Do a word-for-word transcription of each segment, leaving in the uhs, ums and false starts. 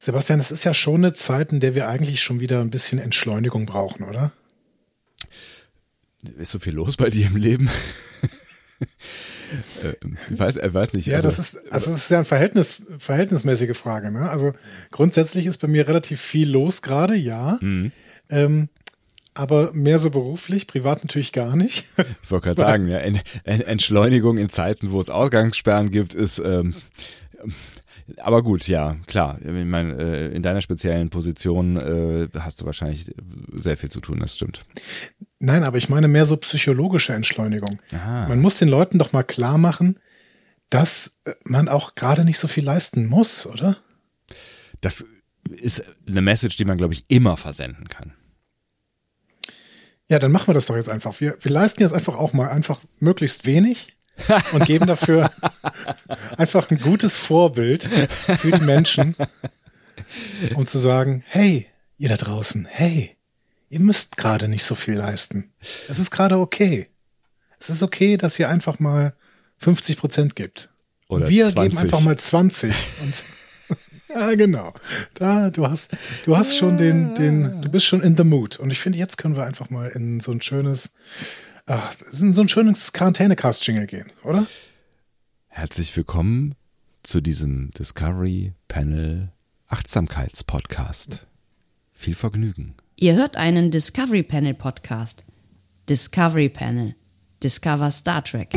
Sebastian, es ist ja schon eine Zeit, in der wir eigentlich schon wieder ein bisschen Entschleunigung brauchen, oder? Ist so viel los bei dir im Leben? ich weiß, er weiß nicht. Ja, also, das ist, also das ist ja eine Verhältnis, verhältnismäßige Frage. Ne? Also grundsätzlich ist bei mir relativ viel los gerade, ja. Mhm. Ähm, aber mehr so beruflich, privat natürlich gar nicht. Ich wollte gerade sagen, ja, Entschleunigung in Zeiten, wo es Ausgangssperren gibt, ist ähm, aber gut, ja, klar. Ich meine, äh, in deiner speziellen Position äh, hast du wahrscheinlich sehr viel zu tun, das stimmt. Nein, aber ich meine mehr so psychologische Entschleunigung. Aha. Man muss den Leuten doch mal klar machen, dass man auch gerade nicht so viel leisten muss, oder? Das ist eine Message, die man, glaube ich, immer versenden kann. Ja, dann machen wir das doch jetzt einfach. Wir, wir leisten jetzt einfach auch mal einfach möglichst wenig und geben dafür einfach ein gutes Vorbild für die Menschen, um zu sagen, hey, ihr da draußen, hey, ihr müsst gerade nicht so viel leisten. Es ist gerade okay. Es ist okay, dass ihr einfach mal fünfzig Prozent gibt. Oder wir zwanzig. Geben einfach mal zwanzig. Und ja, genau. Da, du hast, du hast schon den, den, du bist schon in the mood. Und ich finde, jetzt können wir einfach mal in so ein schönes, ach, in so ein schönes Quarantäne-Cast-Jingle gehen, oder? Herzlich willkommen zu diesem Discovery Panel Achtsamkeits-Podcast. Viel Vergnügen. Ihr hört einen Discovery Panel Podcast. Discovery Panel. Discover Star Trek.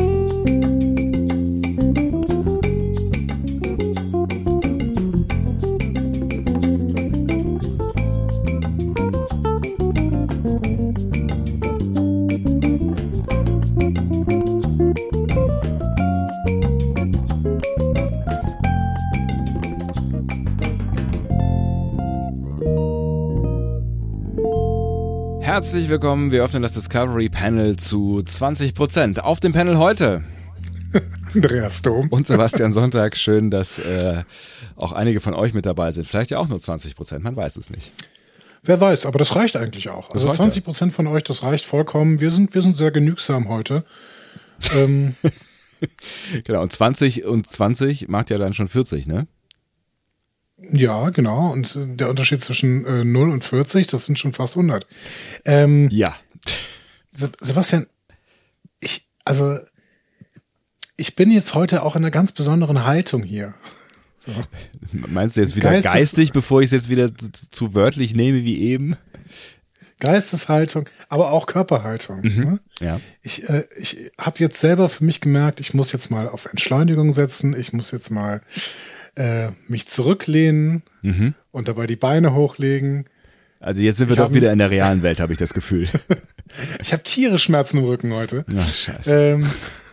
Herzlich willkommen, wir öffnen das Discovery Panel zu zwanzig Prozent. Auf dem Panel heute Andreas Dom und Sebastian Sonntag. Schön, dass äh, auch einige von euch mit dabei sind. Vielleicht ja auch nur zwanzig Prozent, man weiß es nicht. Wer weiß, aber das reicht eigentlich auch. Das Also zwanzig Prozent von euch, das reicht vollkommen. Wir sind, wir sind sehr genügsam heute. ähm. Genau, und zwanzig und zwanzig macht ja dann schon vierzig, ne? Ja, genau. Und der Unterschied zwischen äh, null und vierzig, das sind schon fast hundert. Ähm, ja. Se- Sebastian, ich, also, ich bin jetzt heute auch in einer ganz besonderen Haltung hier. So. Meinst du jetzt wieder Geistes- geistig, bevor ich es jetzt wieder zu, zu wörtlich nehme wie eben? Geisteshaltung, aber auch Körperhaltung. Ne? Ja. Ich, äh, ich habe jetzt selber für mich gemerkt, ich muss jetzt mal auf Entschleunigung setzen. Ich muss jetzt mal äh, mich zurücklehnen Mhm. und dabei die Beine hochlegen. Also jetzt sind wir Ich doch hab- wieder in der realen Welt, habe ich das Gefühl. Ich habe tierisch Schmerzen im Rücken heute. Ach, scheiße. Ähm,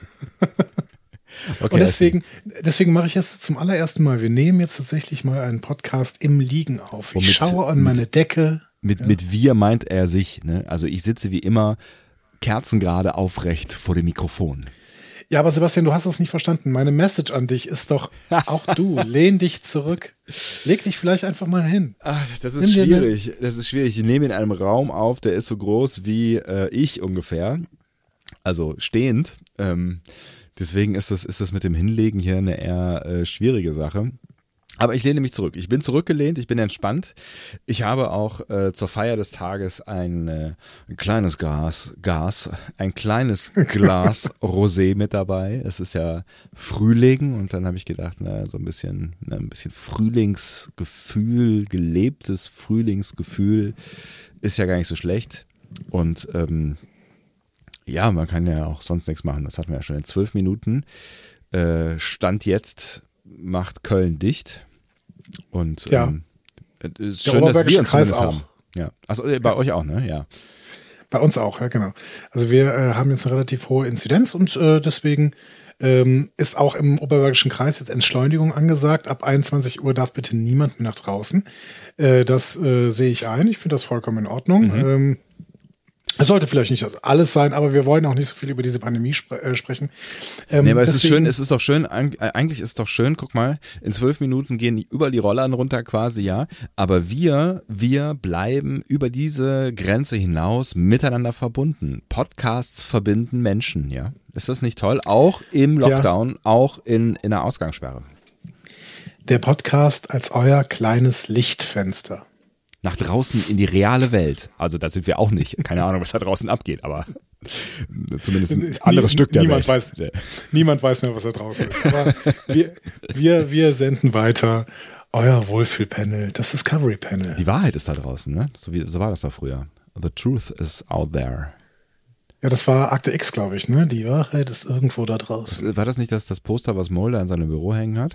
Okay, und deswegen, deswegen mache ich es zum allerersten Mal. Wir nehmen jetzt tatsächlich mal einen Podcast im Liegen auf. Ich Womit- schaue an mit- meine Decke. Mit, mit wir meint er sich, ne? Also ich sitze wie immer kerzengerade aufrecht vor dem Mikrofon. Ja, aber Sebastian, du hast es nicht verstanden. Meine Message an dich ist doch, auch du, lehn dich zurück. Leg dich vielleicht einfach mal hin. Ach, das Nimm ist dir schwierig. Das ist schwierig. Ich nehme in einem Raum auf, der ist so groß wie äh, ich ungefähr. Also stehend. Ähm, deswegen ist das, ist das mit dem Hinlegen hier eine eher äh, schwierige Sache. Aber ich lehne mich zurück. Ich bin zurückgelehnt, ich bin entspannt. Ich habe auch äh, zur Feier des Tages ein, äh, ein kleines Gas, Gas, ein kleines Glas Rosé mit dabei. Es ist ja Frühling und dann habe ich gedacht, na, so ein bisschen, na, ein bisschen Frühlingsgefühl, gelebtes Frühlingsgefühl ist ja gar nicht so schlecht. Und ähm, ja, man kann ja auch sonst nichts machen. Das hatten wir ja schon in zwölf Minuten. Äh, Stand jetzt macht Köln dicht. Und Ja. ähm, es ist Der schön, dass wir Oberbergische uns Kreis zumindest auch. haben. Ja. Achso, äh, bei euch auch, ne? Ja. Bei uns auch, ja, genau. Also wir äh, haben jetzt eine relativ hohe Inzidenz und äh, deswegen ähm, ist auch im Oberbergischen Kreis jetzt Entschleunigung angesagt. Ab einundzwanzig Uhr darf bitte niemand mehr nach draußen. Äh, das äh, sehe ich ein. Ich finde das vollkommen in Ordnung. Mhm. Ähm, es sollte vielleicht nicht das alles sein, aber wir wollen auch nicht so viel über diese Pandemie spre äh, sprechen. Ähm, Nee, aber es ist deswegen- schön, es ist doch schön, eig- eigentlich ist es doch schön, guck mal, in zwölf Minuten gehen überall die Rollern runter quasi, ja, aber wir, wir bleiben über diese Grenze hinaus miteinander verbunden. Podcasts verbinden Menschen, ja. Ist das nicht toll? Auch im Lockdown, auch in, in der Ausgangssperre. Der Podcast als euer kleines Lichtfenster. Nach draußen in die reale Welt. Also da sind wir auch nicht. Keine Ahnung, was da draußen abgeht, aber zumindest ein anderes Nie, Stück der niemand Welt. Weiß, niemand weiß mehr, was da draußen ist. Aber wir, wir, wir senden weiter euer Wohlfühlpanel, das Discovery Panel. Die Wahrheit ist da draußen, ne? So, wie, so war das da früher. The truth is out there. Ja, das war Akte X, glaube ich, ne? Die Wahrheit ist irgendwo da draußen. War das nicht das, das Poster, was Mulder in seinem Büro hängen hat?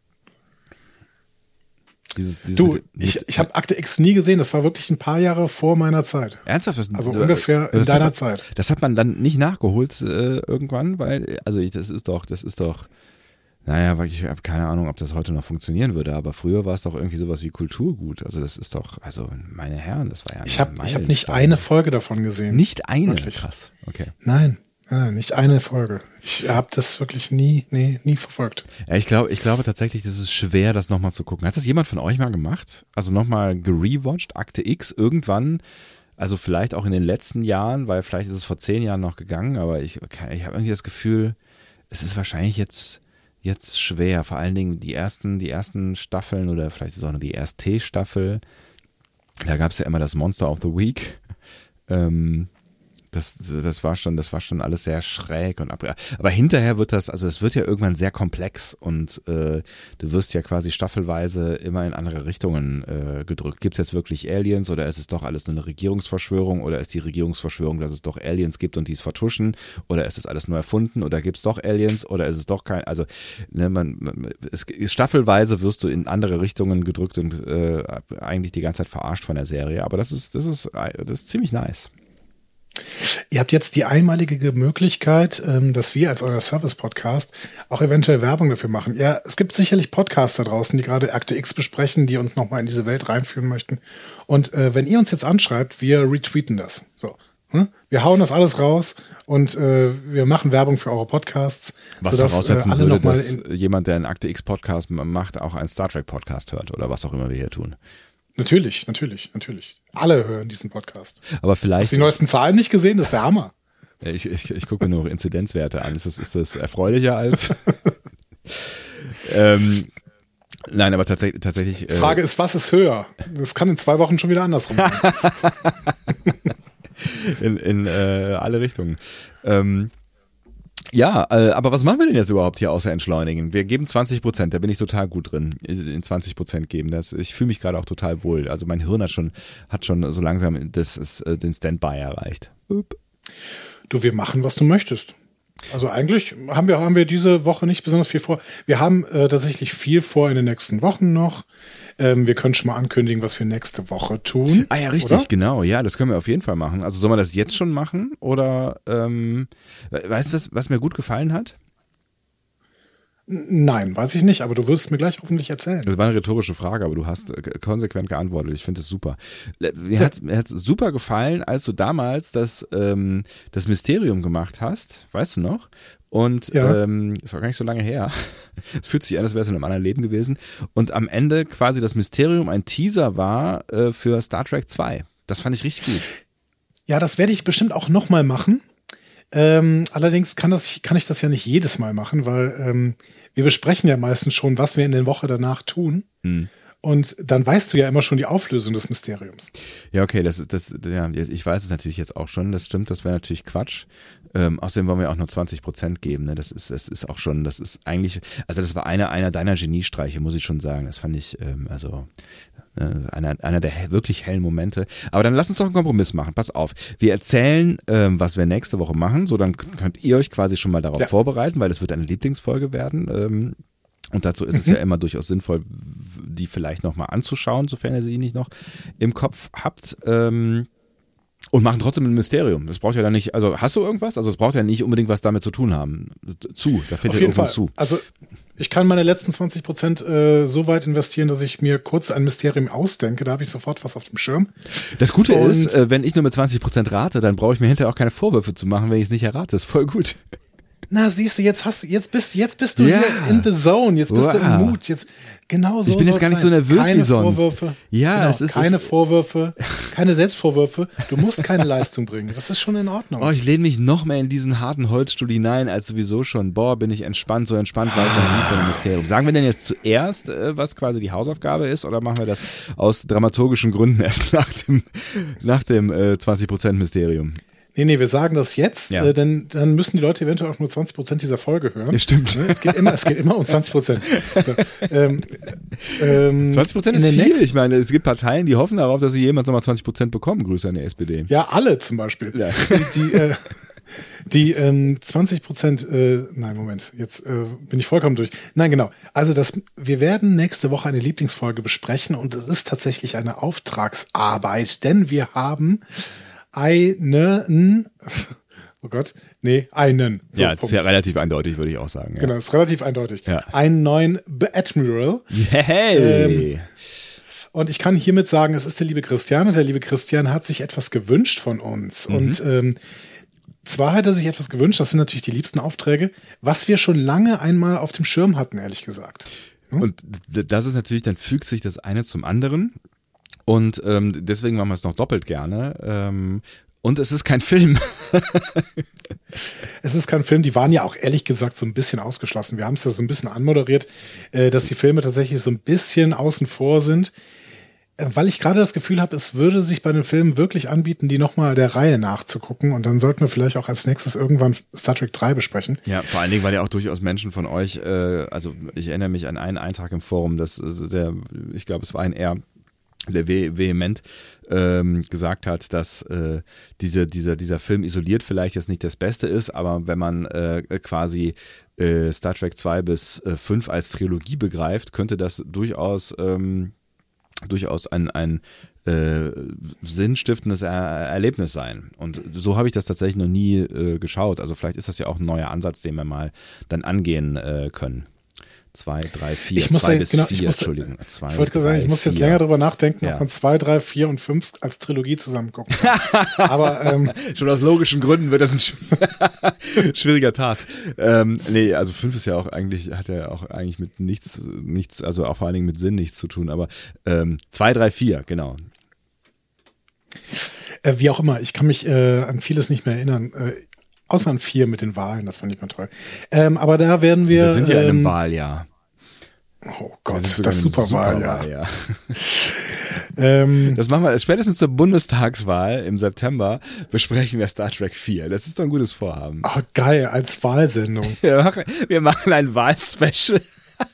Dieses, dieses du, mit, ich, ich habe Akte X nie gesehen. Das war wirklich ein paar Jahre vor meiner Zeit. Ernsthaft? Das, also du, ungefähr in deiner hat, Zeit. Das hat man dann nicht nachgeholt äh, irgendwann, weil, also ich, das ist doch, das ist doch, naja, weil ich habe keine Ahnung, ob das heute noch funktionieren würde, aber früher war es doch irgendwie sowas wie Kulturgut. Also das ist doch, also meine Herren, das war ja Ich habe ich hab nicht eine Folge davon gesehen. Nicht eine? Wirklich. Krass, okay. Nein. Ja, nicht eine Folge. Ich habe das wirklich nie, nee, nie verfolgt. Ja, ich glaube, ich glaube tatsächlich, das ist schwer, das nochmal zu gucken. Hat das jemand von euch mal gemacht? Also nochmal gerewatcht, Akte X irgendwann, also vielleicht auch in den letzten Jahren, weil vielleicht ist es vor zehn Jahren noch gegangen, aber ich, ich habe irgendwie das Gefühl, es ist wahrscheinlich jetzt, jetzt schwer. Vor allen Dingen die ersten, die ersten Staffeln oder vielleicht ist es auch noch die erste Staffel. Da gab es ja immer das Monster of the Week. Ähm, Das, das war schon, das war schon alles sehr schräg und ab. Aber hinterher wird das, also es wird ja irgendwann sehr komplex und äh, du wirst ja quasi staffelweise immer in andere Richtungen äh, gedrückt. Gibt es jetzt wirklich Aliens oder ist es doch alles nur eine Regierungsverschwörung oder ist die Regierungsverschwörung, dass es doch Aliens gibt und die es vertuschen oder ist es alles nur erfunden oder gibt es doch Aliens oder ist es doch kein, also ne, man, man es, staffelweise wirst du in andere Richtungen gedrückt und äh, eigentlich die ganze Zeit verarscht von der Serie. Aber das ist, das ist, das ist ziemlich nice. Ihr habt jetzt die einmalige Möglichkeit, dass wir als euer Service-Podcast auch eventuell Werbung dafür machen. Ja, es gibt sicherlich Podcasts da draußen, die gerade Akte X besprechen, die uns nochmal in diese Welt reinführen möchten. Und äh, wenn ihr uns jetzt anschreibt, wir retweeten das. So, hm? Wir hauen das alles raus und äh, wir machen Werbung für eure Podcasts. Was sodass, voraussetzen äh, alle würde, noch mal dass in jemand, der einen Akte X-Podcast macht, auch einen Star Trek-Podcast hört oder was auch immer wir hier tun. Natürlich, natürlich, natürlich. Alle hören diesen Podcast. Aber vielleicht. Hast du die neuesten Zahlen nicht gesehen? Das ist der Hammer. Ich, ich, ich gucke mir nur Inzidenzwerte an. Ist das, ist das erfreulicher als? ähm, nein, aber tatsächlich. tatsächlich äh, Frage ist, was ist höher? Das kann in zwei Wochen schon wieder andersrum sein. in in äh, alle Richtungen. Ähm, Ja, äh, aber was machen wir denn jetzt überhaupt hier außer entschleunigen? Wir geben zwanzig Prozent, da bin ich total gut drin, in zwanzig Prozent geben. Das, ich fühle mich gerade auch total wohl. Also mein Hirn hat schon, hat schon so langsam das, das, den Standby erreicht. Upp. Du, wir machen, was du möchtest. Also eigentlich haben wir, haben wir diese Woche nicht besonders viel vor. Wir haben äh, tatsächlich viel vor in den nächsten Wochen noch. Ähm, wir können schon mal ankündigen, was wir nächste Woche tun. Ah ja, richtig, oder? Genau. Ja, das können wir auf jeden Fall machen. Also soll man das jetzt schon machen? Oder ähm, weißt du, was, was mir gut gefallen hat? Nein, weiß ich nicht, aber du wirst es mir gleich hoffentlich erzählen. Das war eine rhetorische Frage, aber du hast konsequent geantwortet. Ich finde das super. Mir hat es super gefallen, als du damals das, ähm, das Mysterium gemacht hast, weißt du noch? Und ja. ähm, ist auch gar nicht so lange her. Es fühlt sich an, als wäre es in einem anderen Leben gewesen. Und am Ende quasi das Mysterium ein Teaser war äh, für Star Trek zwei. Das fand ich richtig gut. Ja, das werde ich bestimmt auch nochmal machen. Ähm, allerdings kann, das, kann ich das ja nicht jedes Mal machen, weil ähm, wir besprechen ja meistens schon, was wir in der Woche danach tun. Hm. Und dann weißt du ja immer schon die Auflösung des Mysteriums. Ja, okay, das das ja, ich weiß es natürlich jetzt auch schon, das stimmt, das wäre natürlich Quatsch. Ähm, außerdem wollen wir auch nur zwanzig Prozent geben, ne? Das ist das ist auch schon, das ist eigentlich, also das war einer einer deiner Geniestreiche, muss ich schon sagen. Das fand ich ähm, also äh, einer einer der wirklich hellen Momente. Aber dann lass uns doch einen Kompromiss machen. Pass auf, wir erzählen, ähm, was wir nächste Woche machen, so dann könnt ihr euch quasi schon mal darauf ja. vorbereiten, weil das wird eine Lieblingsfolge werden. Ähm, Und dazu ist es mhm. ja immer durchaus sinnvoll, die vielleicht nochmal anzuschauen, sofern ihr sie nicht noch im Kopf habt. Ähm, und machen trotzdem ein Mysterium. Das braucht ja dann nicht, also hast du irgendwas? Also es braucht ja nicht unbedingt was damit zu tun haben. Zu, da fällt ja irgendwo zu. Also ich kann meine letzten zwanzig Prozent äh, so weit investieren, dass ich mir kurz ein Mysterium ausdenke. Da habe ich sofort was auf dem Schirm. Das Gute und ist, äh, wenn ich nur mit zwanzig Prozent rate, dann brauche ich mir hinterher auch keine Vorwürfe zu machen, wenn ich es nicht errate. Das ist voll gut. Na, siehst du, jetzt hast jetzt bist, jetzt bist du Ja. hier in the zone, jetzt bist Wow. du im Mut, jetzt, genau so Ich bin jetzt soll's gar nicht sein. so nervös keine wie sonst. Vorwürfe, Ja, genau, es ist- keine es- Vorwürfe, keine Selbstvorwürfe, du musst keine Leistung bringen, das ist schon in Ordnung. Oh, ich lehne mich noch mehr in diesen harten Holzstuhl hinein, als sowieso schon. Boah, bin ich entspannt, so entspannt war ich noch nie vor dem Mysterium. Sagen wir denn jetzt zuerst, äh, was quasi die Hausaufgabe ist, oder machen wir das aus dramaturgischen Gründen erst nach dem, nach dem äh, zwanzig Prozent Mysterium? Nee, nee, wir sagen das jetzt, Ja. äh, denn dann müssen die Leute eventuell auch nur zwanzig Prozent dieser Folge hören. Ja, stimmt. Ne, Es geht immer, es geht immer um zwanzig Prozent. So, ähm, ähm, zwanzig Prozent in ist den viel. nächsten- Ich meine, es gibt Parteien, die hoffen darauf, dass sie jemals nochmal zwanzig Prozent bekommen. Grüße an die S P D. Ja, alle zum Beispiel. Ja. Die, die, äh, die ähm, zwanzig Prozent, äh, nein, Moment, jetzt äh, bin ich vollkommen durch. Nein, genau. Also das, wir werden nächste Woche eine Lieblingsfolge besprechen und es ist tatsächlich eine Auftragsarbeit, denn wir haben einen, oh Gott, nee, einen. So, Ja, Punkt. sehr relativ eindeutig, würde ich auch sagen. Ja. Genau, ist relativ eindeutig. Ja. Einen neuen Admiral. Hey! Und ich kann hiermit sagen, es ist der liebe Christian und der liebe Christian hat sich etwas gewünscht von uns. Mhm. Und ähm, zwar hat er sich etwas gewünscht, das sind natürlich die liebsten Aufträge, was wir schon lange einmal auf dem Schirm hatten, ehrlich gesagt. Und d- das ist natürlich, dann fügt sich das eine zum anderen. Und ähm, deswegen machen wir es noch doppelt gerne. Ähm, und es ist kein Film. Es ist kein Film, die waren ja auch ehrlich gesagt so ein bisschen ausgeschlossen. Wir haben es ja so ein bisschen anmoderiert, äh, dass die Filme tatsächlich so ein bisschen außen vor sind. Äh, Weil ich gerade das Gefühl habe, es würde sich bei den Filmen wirklich anbieten, die nochmal der Reihe nachzugucken. Und dann sollten wir vielleicht auch als nächstes irgendwann Star Trek drei besprechen. Ja, vor allen Dingen, weil ja auch durchaus Menschen von euch, äh, also ich erinnere mich an einen Eintrag im Forum, dass äh, der, ich glaube, es war ein R, der veh- vehement ähm, gesagt hat, dass äh, diese, dieser, dieser Film isoliert vielleicht jetzt nicht das Beste ist, aber wenn man äh, quasi äh, Star Trek zwei bis fünf als Trilogie begreift, könnte das durchaus ähm, durchaus ein, ein äh, sinnstiftendes er Erlebnis sein. Und so habe ich das tatsächlich noch nie äh, geschaut. Also vielleicht ist das ja auch ein neuer Ansatz, den wir mal dann angehen äh, können. Zwei, drei, vier, Ich muss zwei da- bis genau, vier, ich muss da- Entschuldigung. Zwei, Ich wollte gerade sagen, drei, ich muss jetzt vier. länger drüber nachdenken, Ja. ob man zwei, drei, vier und fünf als Trilogie zusammen gucken kann. Aber ähm, Schon aus logischen Gründen wird das ein schw- schwieriger Task. Ähm, nee, also fünf ist ja auch eigentlich, hat ja auch eigentlich mit nichts, nichts, also auch vor allen Dingen mit Sinn nichts zu tun, aber ähm, zwei, drei, vier, genau. äh, wie auch immer, ich kann mich äh, an vieles nicht mehr erinnern. Äh, außer an vier mit den Wahlen, das fand ich mal toll. Ähm, aber da werden wir. Wir sind ja in einem ähm, Wahljahr. Oh Wir Gott, sind sogar das in einem Superwahljahr. Superwahljahr. Ähm, Das machen wir spätestens zur Bundestagswahl im September, besprechen wir Star Trek vier. Das ist doch ein gutes Vorhaben. oh, geil, als Wahlsendung. Wir machen, wir machen ein Wahlspecial.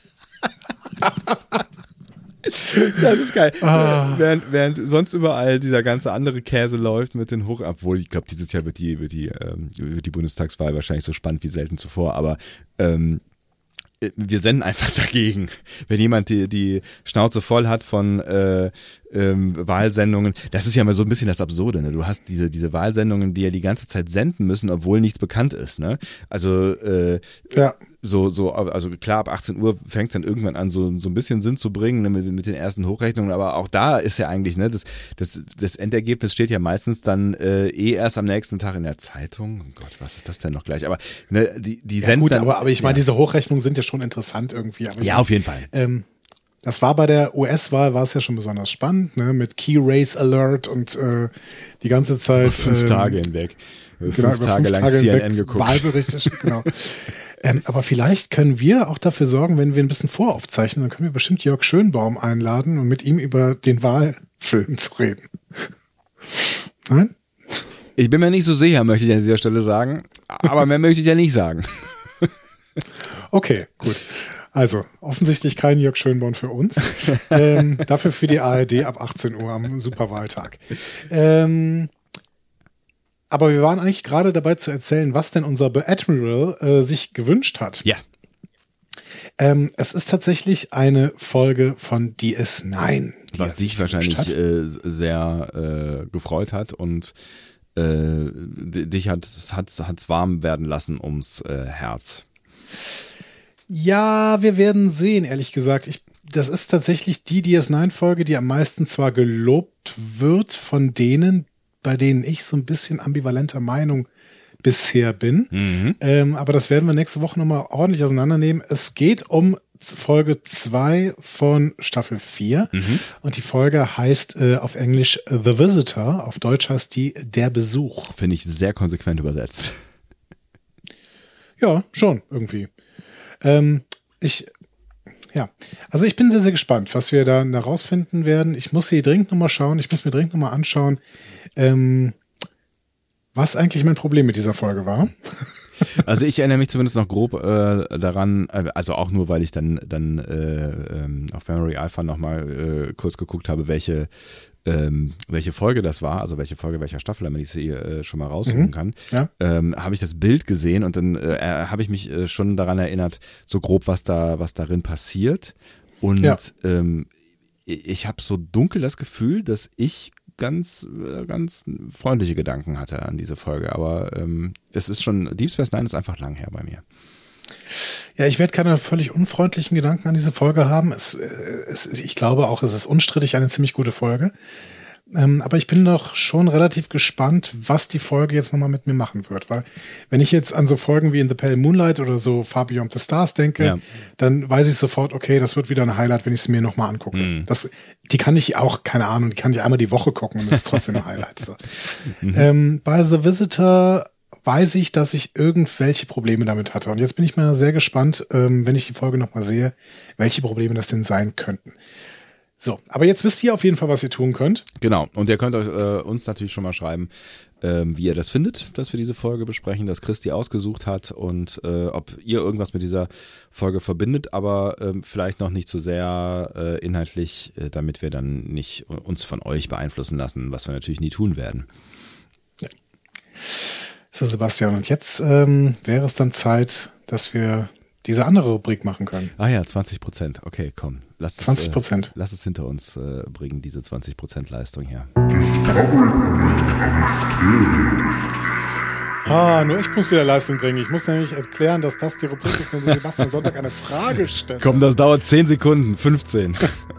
Das ist geil. Ah. Während, während sonst überall dieser ganze andere Käse läuft mit den Hoch, obwohl ich glaube, dieses Jahr wird die, wird die, ähm, wird die Bundestagswahl wahrscheinlich so spannend wie selten zuvor, aber ähm, wir senden einfach dagegen. Wenn jemand die, die Schnauze voll hat von äh, ähm, Wahlsendungen, das ist ja mal so ein bisschen das Absurde, ne? Du hast diese diese Wahlsendungen, die ja die ganze Zeit senden müssen, obwohl nichts bekannt ist, ne? Also äh, Ja. so so also klar, ab achtzehn Uhr fängt es dann irgendwann an, so so ein bisschen Sinn zu bringen, ne, mit, mit den ersten Hochrechnungen, aber auch da ist ja eigentlich, ne, das das das Endergebnis steht ja meistens dann äh, eh erst am nächsten Tag in der Zeitung. Oh Gott, was ist das denn noch gleich? Aber ne, die die Ja, senden gut, dann, aber, aber ich meine, ja. diese Hochrechnungen sind ja schon interessant irgendwie. Aber ich Ja, meine, auf jeden Fall. Ähm, das war bei der U S-Wahl, war es ja schon besonders spannend, ne? Mit Key Race Alert und äh, die ganze Zeit. Fünf ähm, Tage hinweg. Fünf Genau, über Tage fünf lang Tage C N N hinweg geguckt. Wahlberichte, genau. ähm, aber vielleicht können wir auch dafür sorgen, wenn wir ein bisschen voraufzeichnen, dann können wir bestimmt Jörg Schönbaum einladen und mit ihm über den Wahlfilm zu reden. Nein? Ich bin mir nicht so sicher, möchte ich an dieser Stelle sagen. Aber mehr möchte ich ja nicht sagen. Okay, gut. Also, offensichtlich kein Jörg Schönborn für uns. ähm, dafür für die A R D ab achtzehn Uhr am Superwahltag. Ähm, aber wir waren eigentlich gerade dabei zu erzählen, was denn unser Admiral äh, sich gewünscht hat. Ja. Ähm, es ist tatsächlich eine Folge von D S neun. die Was er sich dich wahrscheinlich gewünscht hat. äh, sehr äh, gefreut hat und äh, d- dich hat es warm werden lassen ums äh, Herz. Ja, wir werden sehen, ehrlich gesagt. Ich, das ist tatsächlich die D S neun Folge, die am meisten zwar gelobt wird von denen, bei denen ich so ein bisschen ambivalenter Meinung bisher bin. Mhm. Ähm, aber das werden wir nächste Woche nochmal ordentlich auseinandernehmen. Es geht um Folge zwei von Staffel vier Mhm. und die Folge heißt äh, auf Englisch The Visitor, auf Deutsch heißt die Der Besuch. Finde ich sehr konsequent übersetzt. Ja, schon, irgendwie. Ähm, ich, ja, also ich bin sehr, sehr gespannt, was wir da herausfinden werden. Ich muss sie dringend nochmal schauen, ich muss mir dringend nochmal anschauen, ähm, was eigentlich mein Problem mit dieser Folge war. Also ich erinnere mich zumindest noch grob äh, daran, also auch nur, weil ich dann, dann äh, ähm, auf Memory Alpha nochmal äh, kurz geguckt habe, welche, ähm, welche Folge das war, also welche Folge welcher Staffel, damit ich sie äh, schon mal raussuchen Mhm. kann, Ja. ähm, habe ich das Bild gesehen und dann äh, habe ich mich äh, schon daran erinnert, so grob, was da, was darin passiert. Und Ja. ähm, ich habe so dunkel das Gefühl, dass ich ganz, ganz freundliche Gedanken hatte an diese Folge, aber ähm, es ist schon, Deep Space Nine ist einfach lang her bei mir. Ja, ich werde keine völlig unfreundlichen Gedanken an diese Folge haben. Es, äh, es, ich glaube auch, es ist unstrittig eine ziemlich gute Folge. Ähm, aber ich bin doch schon relativ gespannt, was die Folge jetzt nochmal mit mir machen wird. Weil wenn ich jetzt an so Folgen wie In the Pale Moonlight oder so Far Beyond the Stars denke, Ja. dann weiß ich sofort, okay, das wird wieder ein Highlight, wenn ich es mir nochmal angucke. Mhm. Das, die kann ich auch, keine Ahnung, die kann ich einmal die Woche gucken und es ist trotzdem ein Highlight. So. ähm, bei The Visitor weiß ich, dass ich irgendwelche Probleme damit hatte. Und jetzt bin ich mal sehr gespannt, ähm, wenn ich die Folge nochmal sehe, welche Probleme das denn sein könnten. So, aber jetzt wisst ihr auf jeden Fall, was ihr tun könnt. Genau, und ihr könnt euch, äh, uns natürlich schon mal schreiben, ähm, wie ihr das findet, dass wir diese Folge besprechen, dass Christi ausgesucht hat und äh, ob ihr irgendwas mit dieser Folge verbindet, aber ähm, vielleicht noch nicht so sehr äh, inhaltlich, äh, damit wir dann nicht uns von euch beeinflussen lassen, was wir natürlich nie tun werden. So, Sebastian, und jetzt ähm, wäre es dann Zeit, dass wir diese andere Rubrik machen können. Ah ja, zwanzig Prozent. Okay, komm. Lass es, zwanzig Prozent. Äh, lass es hinter uns äh, bringen, diese zwanzig Prozent Leistung hier. Ah, nur ich muss wieder Leistung bringen. Ich muss nämlich erklären, dass das die Rubrik ist, in der Sebastian Sonntag eine Frage stellt. Komm, das dauert zehn Sekunden, fünfzehn.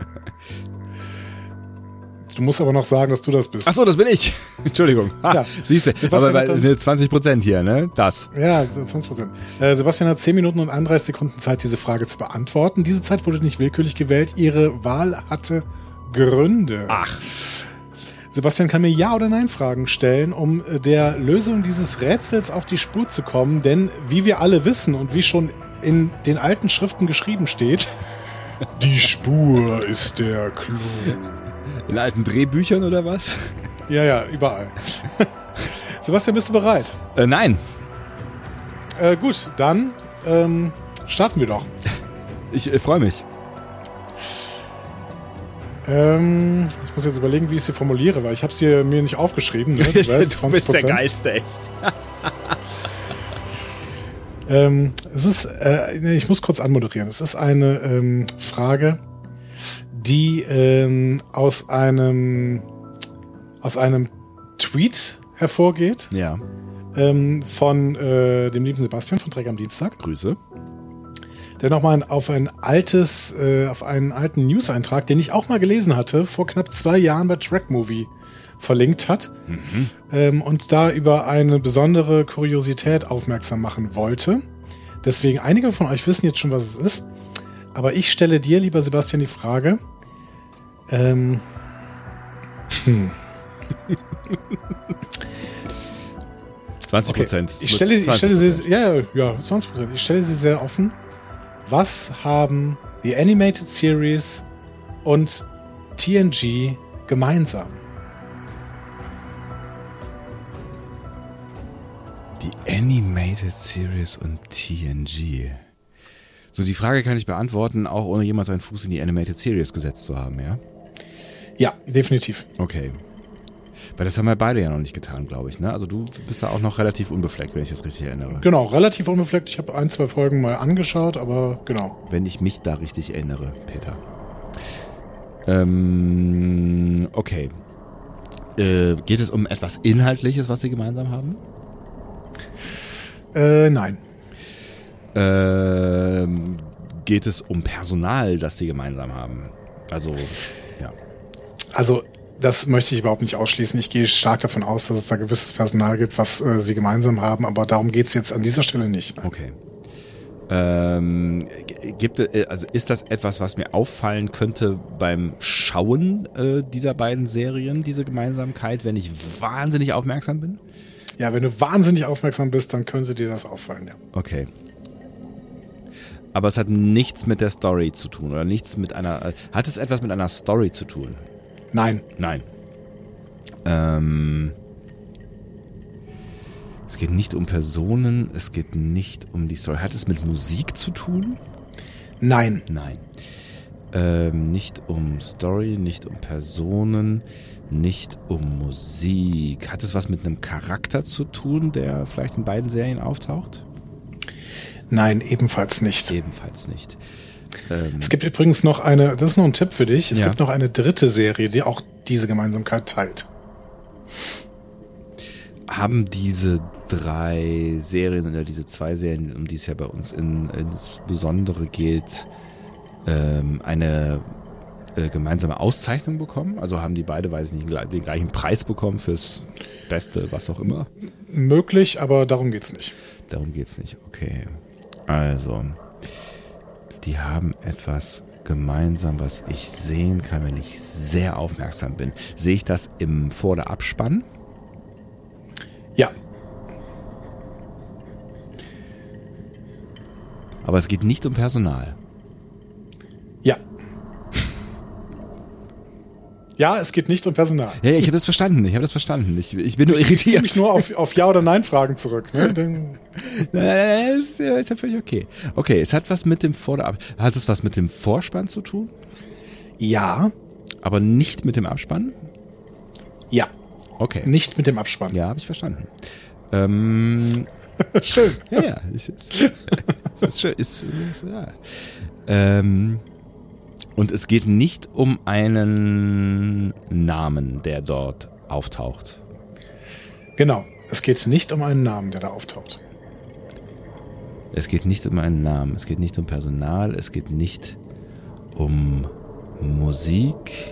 Du musst aber noch sagen, dass du das bist. Ach so, das bin ich. Entschuldigung. Ha, Ja. siehst du, Sebastian aber hat weil, dann- ne, zwanzig Prozent hier, ne? Das. Ja, zwanzig Prozent. Äh, Sebastian hat zehn Minuten und einunddreißig Sekunden Zeit, diese Frage zu beantworten. Diese Zeit wurde nicht willkürlich gewählt. Ihre Wahl hatte Gründe. Ach. Sebastian kann mir Ja- oder Nein-Fragen stellen, um äh, der Lösung dieses Rätsels auf die Spur zu kommen. Denn wie wir alle wissen und wie schon in den alten Schriften geschrieben steht, die Spur ist der Clou. In alten Drehbüchern oder was? Ja, ja, überall. Sebastian, bist du bereit? Äh, nein. Äh, gut, dann ähm, starten wir doch. Ich äh, freue mich. Ähm, ich muss jetzt überlegen, wie ich sie formuliere, weil ich habe sie mir nicht aufgeschrieben. Ne? Du weißt, zwanzig Prozent. Geilste, echt. Ähm, es ist, äh, nee, ich muss kurz anmoderieren. Es ist eine ähm, Frage, die ähm, aus einem aus einem Tweet hervorgeht Ja, ähm, von äh, dem lieben Sebastian von Dreck am Dienstag, Grüße. der nochmal auf ein altes, äh, auf einen alten News-Eintrag, den ich auch mal gelesen hatte, vor knapp zwei Jahren bei Track Movie verlinkt hat Mhm. ähm, und da über eine besondere Kuriosität aufmerksam machen wollte. Deswegen, einige von euch wissen jetzt schon, was es ist. Aber ich stelle dir, lieber Sebastian, die Frage. Ähm, hm. zwanzig Okay. Prozent. Ich stelle, ich stelle sie, ja, ja, ja, zwanzig Prozent. Ich stelle sie sehr offen. Was haben die Animated Series und T N G gemeinsam? Die Animated Series und T N G. So, die Frage kann ich beantworten, auch ohne jemals einen Fuß in die Animated Series gesetzt zu haben, ja? Ja, definitiv. Okay. Weil das haben wir beide ja noch nicht getan, glaube ich, ne? Also du bist da auch noch relativ unbefleckt, wenn ich das richtig erinnere. Genau, relativ unbefleckt. Ich habe ein, zwei Folgen mal angeschaut, aber genau. Wenn ich mich da richtig erinnere, Peter. Ähm, okay. Äh, geht es um etwas Inhaltliches, was sie gemeinsam haben? Äh, nein. Ähm, geht es um Personal, das sie gemeinsam haben? Also, ja. Also Das möchte ich überhaupt nicht ausschließen. Ich gehe stark davon aus, dass es da gewisses Personal gibt, was äh, sie gemeinsam haben, aber darum geht's jetzt an dieser Stelle nicht. Okay. Ähm, gibt also ist das etwas, was mir auffallen könnte beim Schauen äh, dieser beiden Serien, diese Gemeinsamkeit, wenn ich wahnsinnig aufmerksam bin? Ja, wenn du wahnsinnig aufmerksam bist, dann könnte dir das auffallen, ja. Okay. Aber es hat nichts mit der Story zu tun oder nichts mit einer. Hat es etwas mit einer Story zu tun? Nein. Nein. Ähm. Es geht nicht um Personen, es geht nicht um die Story. Hat es mit Musik zu tun? Nein. Nein. Ähm, nicht um Story, nicht um Personen, nicht um Musik. Hat es was mit einem Charakter zu tun, der vielleicht in beiden Serien auftaucht? Nein, ebenfalls nicht. Ebenfalls nicht. Ähm, es gibt übrigens noch eine, das ist noch ein Tipp für dich, es ja. gibt noch eine dritte Serie, die auch diese Gemeinsamkeit teilt. Haben diese drei Serien oder diese zwei Serien, um die es ja bei uns in, insbesondere geht, ähm, eine äh, gemeinsame Auszeichnung bekommen? Also haben die beide, weiß ich nicht, den gleichen Preis bekommen fürs Beste, was auch immer? Möglich, aber darum geht's nicht. Darum geht's nicht, okay. Also, die haben etwas gemeinsam, was ich sehen kann, wenn ich sehr aufmerksam bin. Sehe ich das im Vor- oder Abspann? Ja. Aber es geht nicht um Personal. Ja. Ja, es geht nicht um Personal. Ja, ja ich habe das verstanden. Ich habe das verstanden. Ich, ich bin nur ich irritiert. Ich mich nur auf, auf Ja- oder Nein-Fragen zurück. Ne? Dann nein, nein, nein, ist ja, ist ja völlig okay. Okay, es hat was mit dem Vor- oder Ab... Hat es was mit dem Vorspann zu tun? Ja. Aber nicht mit dem Abspann? Ja. Okay. Nicht mit dem Abspann. Ja, habe ich verstanden. Ähm, schön. Ja, ja. Ist, ist, ist schön. Ist, ist, ja. Ähm, und es geht nicht um einen Namen, der dort auftaucht. Genau. Es geht nicht um einen Namen, der da auftaucht. Es geht nicht um einen Namen. Es geht nicht um Personal. Es geht nicht um Musik.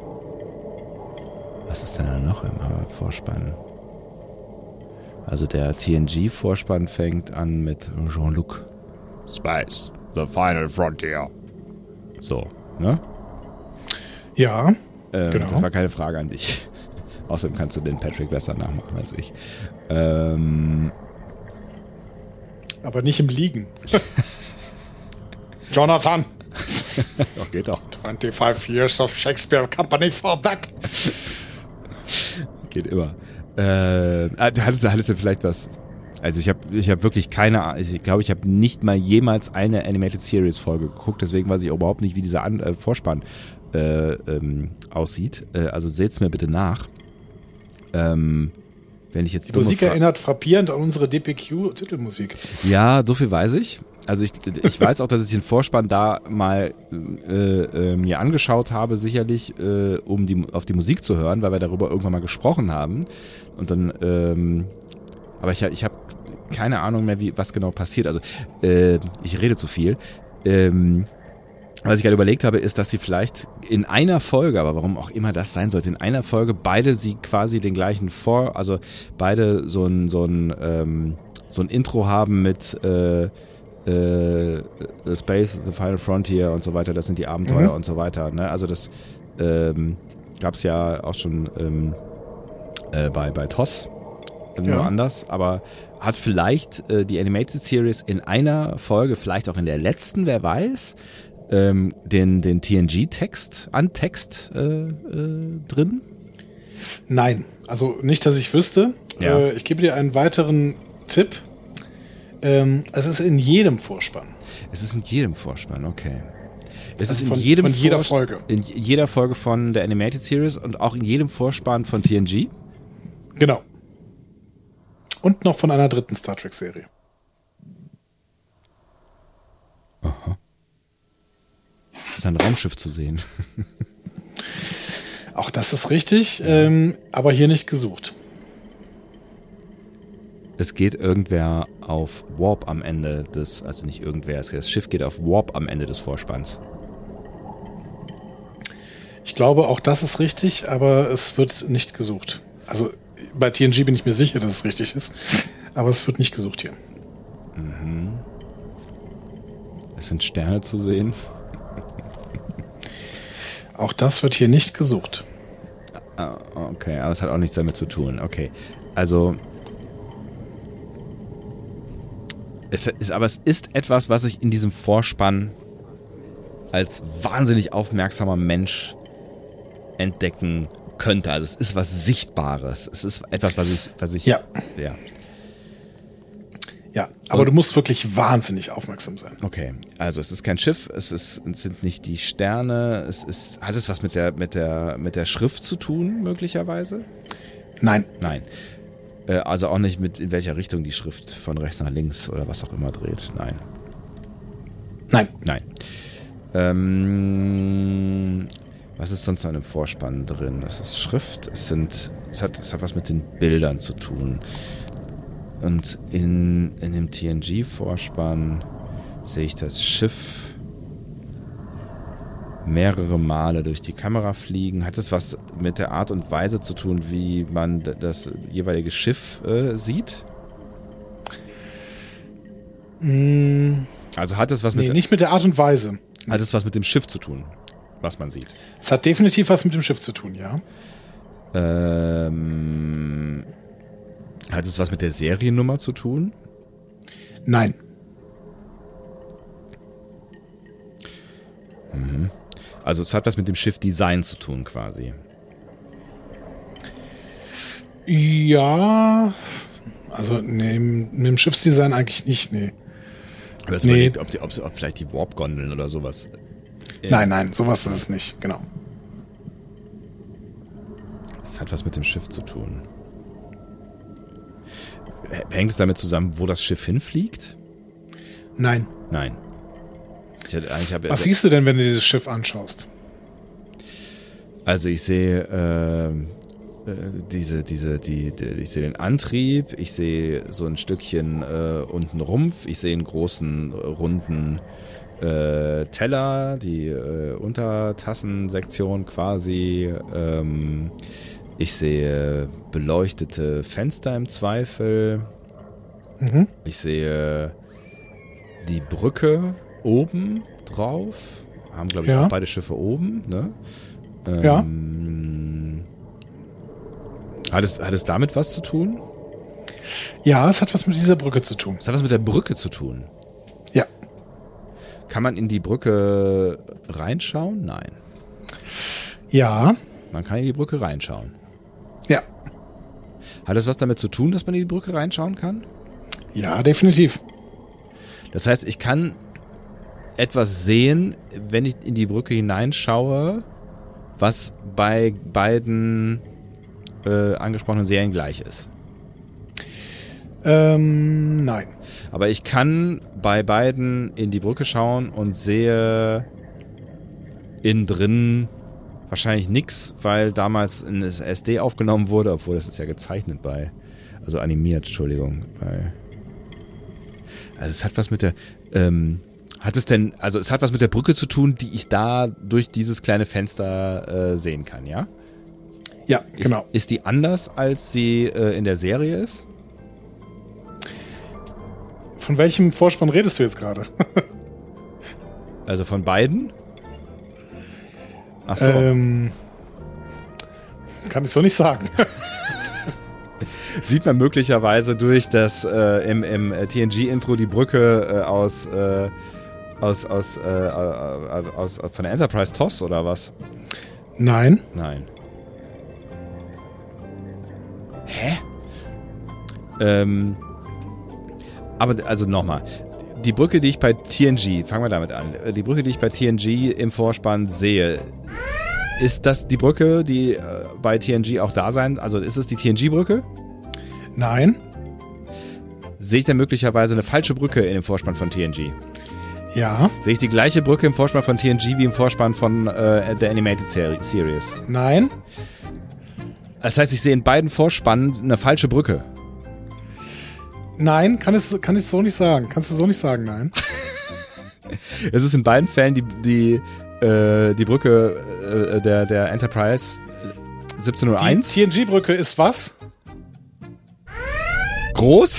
Was ist denn da noch im Vorspann? Also der T N G-Vorspann fängt an mit Jean-Luc. Space, the final frontier. So, ne? Ja, ähm, genau. Das war keine Frage an dich. Außerdem kannst du den Patrick besser nachmachen als ich. Ähm, Aber nicht im Liegen. Jonathan! Doch, geht doch. twenty-five years of Shakespeare Company for that. Geht immer. Äh, hattest du, hattest du vielleicht was? Also ich habe ich hab wirklich keine Ahnung. Ich glaube, ich habe nicht mal jemals eine Animated Series Folge geguckt. Deswegen weiß ich auch überhaupt nicht, wie dieser An- äh, Vorspann äh, ähm, aussieht. Äh, also seht's mir bitte nach. Ähm, wenn ich jetzt Die Musik Fra- erinnert frappierend an unsere D P Q-Titelmusik. Ja, so viel weiß ich. Also ich, ich weiß auch, dass ich den Vorspann da mal äh, äh, mir angeschaut habe, sicherlich, äh, um die, auf die Musik zu hören, weil wir darüber irgendwann mal gesprochen haben. Und dann, ähm, aber ich, ich habe keine Ahnung mehr, wie was genau passiert. Also äh, ich rede zu viel. Ähm, was ich gerade überlegt habe, ist, dass sie vielleicht in einer Folge, aber warum auch immer das sein sollte, in einer Folge beide sie quasi den gleichen Vor, also beide so ein so ein ähm, so ein Intro haben mit äh, äh, The Space, The Final Frontier und so weiter, das sind die Abenteuer mhm. und so weiter. Ne? Also das ähm, gab es ja auch schon ähm, äh, bei, bei T O S, nur ja. anders, aber hat vielleicht äh, die Animated Series in einer Folge, vielleicht auch in der letzten, wer weiß, ähm, den, den T N G-Text, Antext äh, äh, drin? Nein, also nicht, dass ich wüsste. Ja. Äh, ich gebe dir einen weiteren Tipp. Ähm, es ist in jedem Vorspann. Es ist in jedem Vorspann, okay. Es also ist in von, jedem von jeder Vors- Folge. In jeder Folge von der Animated Series und auch in jedem Vorspann von T N G? Genau. Und noch von einer dritten Star Trek-Serie. Aha. Es ist ein Raumschiff zu sehen. Auch das ist richtig, ähm, aber hier nicht gesucht. Es geht irgendwer auf Warp am Ende des, also nicht irgendwer, das Schiff geht auf Warp am Ende des Vorspanns. Ich Ich glaube, auch das ist richtig, aber es wird nicht gesucht. Also bei T N G bin ich mir sicher, dass es richtig ist, aber es wird nicht gesucht hier. Mhm. Es sind Sterne zu sehen. Auch das wird hier nicht gesucht. Okay, aber es hat auch nichts damit zu tun. Okay, also es ist, aber es ist etwas, was ich in diesem Vorspann als wahnsinnig aufmerksamer Mensch entdecken könnte. Also es ist was Sichtbares. Es ist etwas, was ich, was ich. Ja. Ja. Ja, aber und, du musst wirklich wahnsinnig aufmerksam sein. Okay, also es ist kein Schiff, es ist, es sind nicht die Sterne, es ist, hat es was mit der, mit der, mit der Schrift zu tun, möglicherweise? Nein. Nein. Äh, also auch nicht mit, in welcher Richtung die Schrift von rechts nach links oder was auch immer dreht. Nein. Nein. Nein. Ähm, was ist sonst noch in einem Vorspann drin? Das ist Schrift, es sind, es hat, es hat was mit den Bildern zu tun. Und in, in dem T N G-Vorspann sehe ich das Schiff mehrere Male durch die Kamera fliegen. Hat es was mit der Art und Weise zu tun, wie man das jeweilige Schiff äh, sieht? Mm, also hat es was mit... Nee, nicht mit der Art und Weise. Hat es was mit dem Schiff zu tun, was man sieht? Es hat definitiv was mit dem Schiff zu tun, ja. Ähm... Hat es was mit der Seriennummer zu tun? Nein. Mhm. Also es hat was mit dem Schiffdesign zu tun quasi. Ja, also nee, mit dem Schiffsdesign eigentlich nicht, nee. Du hast nee. überlegt, ob, die, ob, ob vielleicht die Warp-Gondeln oder sowas. Nein, nein, sowas ist es nicht, genau. Es hat was mit dem Schiff zu tun. Hängt es damit zusammen, wo das Schiff hinfliegt? Nein. Nein. Ich hätte, ich habe, Was siehst du denn, wenn du dieses Schiff anschaust? Also ich sehe äh, diese, diese, die, die, ich sehe den Antrieb, ich sehe so ein Stückchen äh, unten Rumpf, ich sehe einen großen runden äh, Teller, die äh, Untertassensektion quasi. Ähm, Ich sehe beleuchtete Fenster im Zweifel. Mhm. Ich sehe die Brücke oben drauf. Haben, glaube ich, ja. auch beide Schiffe oben. Ne? Ähm, ja. Hat es, hat es damit was zu tun? Ja, es hat was mit dieser Brücke zu tun. Es hat was mit der Brücke zu tun? Ja. Kann man in die Brücke reinschauen? Nein. Ja. Man kann in die Brücke reinschauen. Ja. Hat das was damit zu tun, dass man in die Brücke reinschauen kann? Ja, definitiv. Das heißt, ich kann etwas sehen, wenn ich in die Brücke hineinschaue, was bei beiden äh, angesprochenen Serien gleich ist. Ähm, nein. Aber ich kann bei beiden in die Brücke schauen und sehe innen drin wahrscheinlich nix, weil damals ein S D aufgenommen wurde, obwohl das ist ja gezeichnet bei, also animiert, Entschuldigung. Bei, also es hat was mit der, ähm, hat es denn, also es hat was mit der Brücke zu tun, die ich da durch dieses kleine Fenster äh, sehen kann, ja? Ja, genau. Ist, ist die anders, als sie äh, in der Serie ist? Von welchem Vorspann redest du jetzt gerade? Also von beiden? Ach so. Ähm, kann ich so nicht sagen. Sieht man möglicherweise durch das äh, im, im T N G-Intro die Brücke äh, aus, äh, aus, aus, äh, aus, aus von der Enterprise T O S oder was? Nein. Nein. Hä? Ähm, aber also nochmal. Die Brücke, die ich bei T N G, fangen wir damit an, die Brücke, die ich bei T N G im Vorspann sehe, ist das die Brücke, die äh, bei T N G auch da sein? Also ist es die T N G-Brücke? Nein. Sehe ich denn möglicherweise eine falsche Brücke in dem Vorspann von T N G? Ja. Sehe ich die gleiche Brücke im Vorspann von T N G wie im Vorspann von äh, der Animated Series? Nein. Das heißt, ich sehe in beiden Vorspannen eine falsche Brücke. Nein, kann ich, kann ich so nicht sagen. Kannst du so nicht sagen, nein. Es ist in beiden Fällen die, die äh, die Brücke äh, der, der Enterprise siebzehn null eins. Die T N G-Brücke ist was? Groß?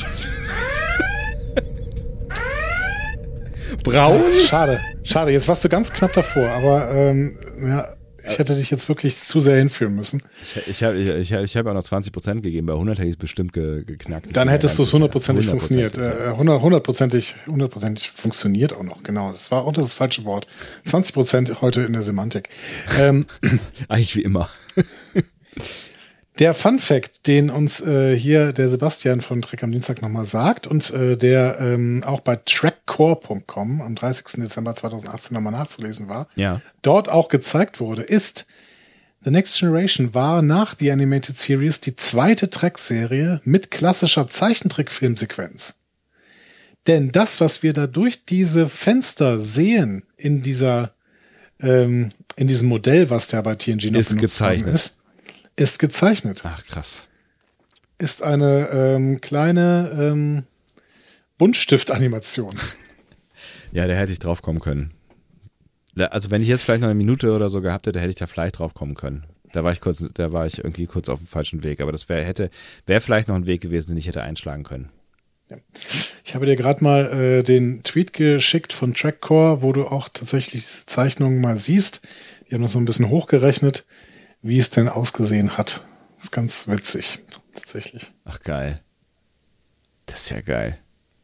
Braun? Schade, schade. Jetzt warst du ganz knapp davor, aber ähm, ja, ich hätte dich jetzt wirklich zu sehr hinführen müssen. Ich, ich habe ich, ich hab auch noch zwanzig Prozent gegeben, bei hundert hätte ich es bestimmt ge, geknackt. Dann hättest du es hundertprozentig funktioniert. Ja. Äh, hundertprozentig hundertprozentig funktioniert auch noch, genau. Das war auch das falsche Wort. zwanzig Prozent heute in der Semantik. Ähm, Eigentlich wie immer. Der Fun Fact, den uns äh, hier der Sebastian von Trek am Dienstag nochmal sagt und äh, der ähm, auch bei trackcore punkt com am dreißigsten Dezember zweitausendachtzehn nochmal nachzulesen war, ja. dort auch gezeigt wurde, ist, The Next Generation war nach The Animated Series die zweite Trek-Serie mit klassischer Zeichentrick-Filmsequenz. Denn das, was wir da durch diese Fenster sehen in dieser ähm, in diesem Modell, was da bei T N G noch ist benutzt worden gezeichnet. ist, ist gezeichnet. Ach, krass. Ist eine ähm, kleine ähm, Buntstift-Animation. Ja, da hätte ich drauf kommen können. Also wenn ich jetzt vielleicht noch eine Minute oder so gehabt hätte, hätte ich da vielleicht drauf kommen können. Da war ich kurz, da war ich irgendwie kurz auf dem falschen Weg. Aber das wäre hätte, wäre vielleicht noch ein Weg gewesen, den ich hätte einschlagen können. Ja. Ich habe dir gerade mal äh, den Tweet geschickt von Trackcore, wo du auch tatsächlich diese Zeichnungen mal siehst. Die haben das so ein bisschen hochgerechnet, wie es denn ausgesehen hat. Das ist ganz witzig, tatsächlich. Ach, geil. Das ist ja geil.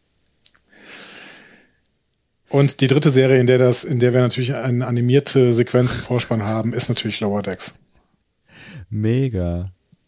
Und die dritte Serie, in der das, in der wir natürlich eine animierte Sequenz im Vorspann haben, ist natürlich Lower Decks. Mega.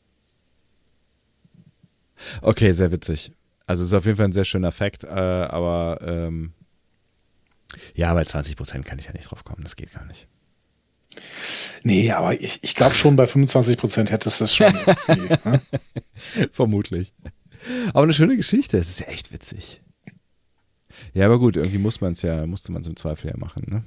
Okay, sehr witzig. Also es ist auf jeden Fall ein sehr schöner Fact, äh, aber ähm, ja, bei zwanzig Prozent kann ich ja nicht drauf kommen, das geht gar nicht. Nee, aber ich, ich glaube schon, bei fünfundzwanzig Prozent hättest du es schon. Ne? Vermutlich. Aber eine schöne Geschichte, es ist ja echt witzig. Ja, aber gut, irgendwie muss man es ja, musste man es im Zweifel ja machen, ne?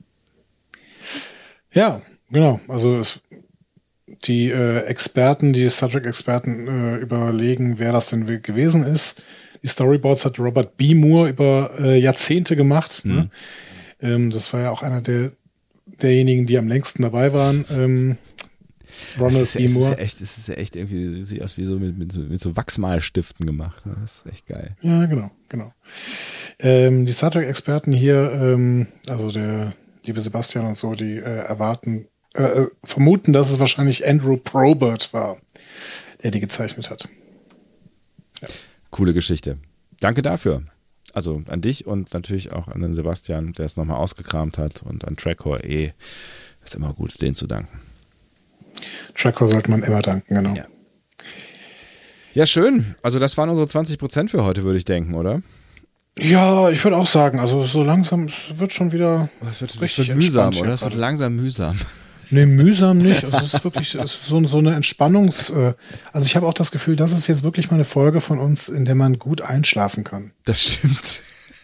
Ja, genau. Also es, die äh, Experten, die Star Trek-Experten äh, überlegen, wer das denn gewesen ist. Die Storyboards hat Robert B. Moore über äh, Jahrzehnte gemacht. Mhm. Ne? Ähm, das war ja auch einer der derjenigen, die am längsten dabei waren. Ähm, Ronald B. Moore. Es ist ja echt, es ist ja echt irgendwie, sieht aus wie so mit, mit, so, mit so Wachsmalstiften gemacht. Ne? Das ist echt geil. Ja, genau, genau. Ähm, die Star Trek-Experten hier, ähm, also der liebe Sebastian und so, die äh, erwarten, äh, vermuten, dass es wahrscheinlich Andrew Probert war, der die gezeichnet hat. Ja. Coole Geschichte. Danke dafür. Also an dich und natürlich auch an den Sebastian, der es nochmal ausgekramt hat, und an Trackcore eh. Ist immer gut, denen zu danken. Trackcore sollte man immer danken, genau. Ja. Ja, schön. Also das waren unsere zwanzig Prozent für heute, würde ich denken, oder? Ja, ich würde auch sagen, also so langsam, es wird schon wieder Es wird, richtig es wird mühsam, entspannt oder? Es hier wird langsam mühsam. Nee, mühsam nicht. Also es ist wirklich es ist so, so eine Entspannungs... Äh, also ich habe auch das Gefühl, das ist jetzt wirklich mal eine Folge von uns, in der man gut einschlafen kann. Das stimmt.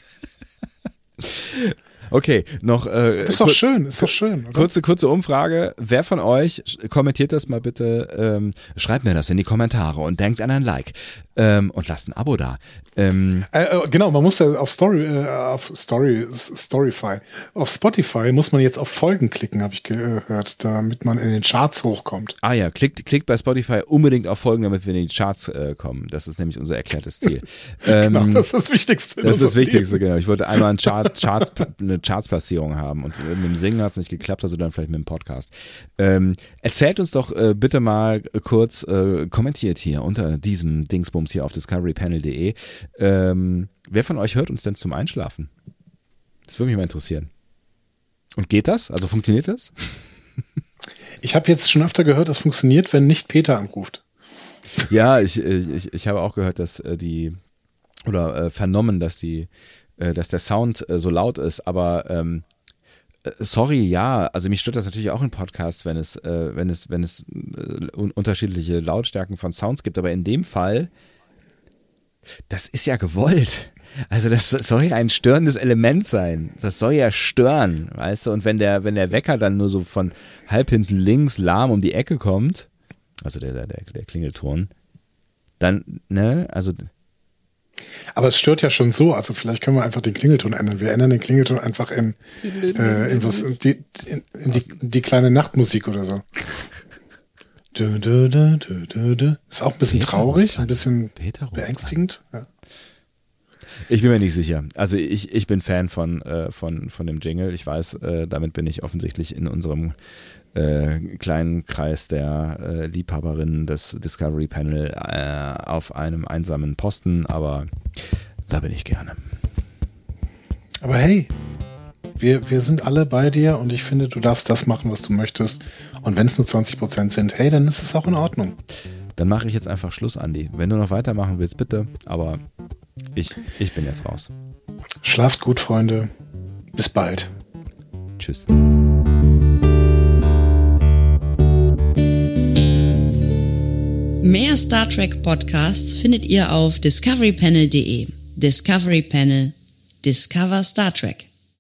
Okay, noch... Äh, ist doch kur- schön, ist doch schön. Oder? Kurze, kurze Umfrage. Wer von euch, kommentiert das mal bitte, ähm, schreibt mir das in die Kommentare und denkt an ein Like ähm, und lasst ein Abo da. Ähm, äh, äh, genau, man muss ja auf Story, äh, auf Story, Storyfy, auf Spotify muss man jetzt auf Folgen klicken, habe ich gehört, damit man in den Charts hochkommt. Ah ja, klickt, klickt bei Spotify unbedingt auf Folgen, damit wir in die Charts äh, kommen. Das ist nämlich unser erklärtes Ziel. ähm, genau, das ist das Wichtigste. Das ist das Wichtigste, genau. Ich wollte einmal ein Chart, Charts, eine Charts-Platzierung haben und mit dem Singen hat es nicht geklappt, also dann vielleicht mit dem Podcast. Ähm, erzählt uns doch äh, bitte mal kurz, äh, kommentiert hier unter diesem Dingsbums hier auf discovery panel punkt de. Ähm, wer von euch hört uns denn zum Einschlafen? Das würde mich mal interessieren. Und geht das? Also funktioniert das? Ich habe jetzt schon öfter gehört, es funktioniert, wenn nicht Peter anruft. Ja, ich, ich, ich habe auch gehört, dass äh, die, oder äh, vernommen, dass die, äh, dass der Sound äh, so laut ist, aber ähm, äh, sorry, ja, also mich stört das natürlich auch in Podcasts, wenn es, äh, wenn es, wenn es äh, un- unterschiedliche Lautstärken von Sounds gibt, aber in dem Fall, das ist ja gewollt. Also das soll ja ein störendes Element sein. Das soll ja stören, weißt du? Und wenn der, wenn der Wecker dann nur so von halb hinten links lahm um die Ecke kommt, also der, der, der Klingelton, dann, ne, also Aber es stört ja schon so, also vielleicht können wir einfach den Klingelton ändern. Wir ändern den Klingelton einfach in, äh, in, was, in, die, in, in, die, in die kleine Nachtmusik oder so. Du, du, du, du, du, du. Ist auch ein bisschen traurig, ein bisschen beängstigend. Ja. Ich bin mir nicht sicher. Also ich, ich bin Fan von, äh, von, von dem Jingle. Ich weiß, äh, damit bin ich offensichtlich in unserem äh, kleinen Kreis der äh, Liebhaberinnen des Discovery Panel äh, auf einem einsamen Posten, aber da bin ich gerne. Aber hey, wir, wir sind alle bei dir und ich finde, du darfst das machen, was du möchtest. Und wenn es nur zwanzig Prozent sind, hey, dann ist es auch in Ordnung. Dann mache ich jetzt einfach Schluss, Andi. Wenn du noch weitermachen willst, bitte. Aber ich, ich bin jetzt raus. Schlaft gut, Freunde. Bis bald. Tschüss. Mehr Star Trek Podcasts findet ihr auf discovery panel punkt de. Discovery Panel. Discover Star Trek.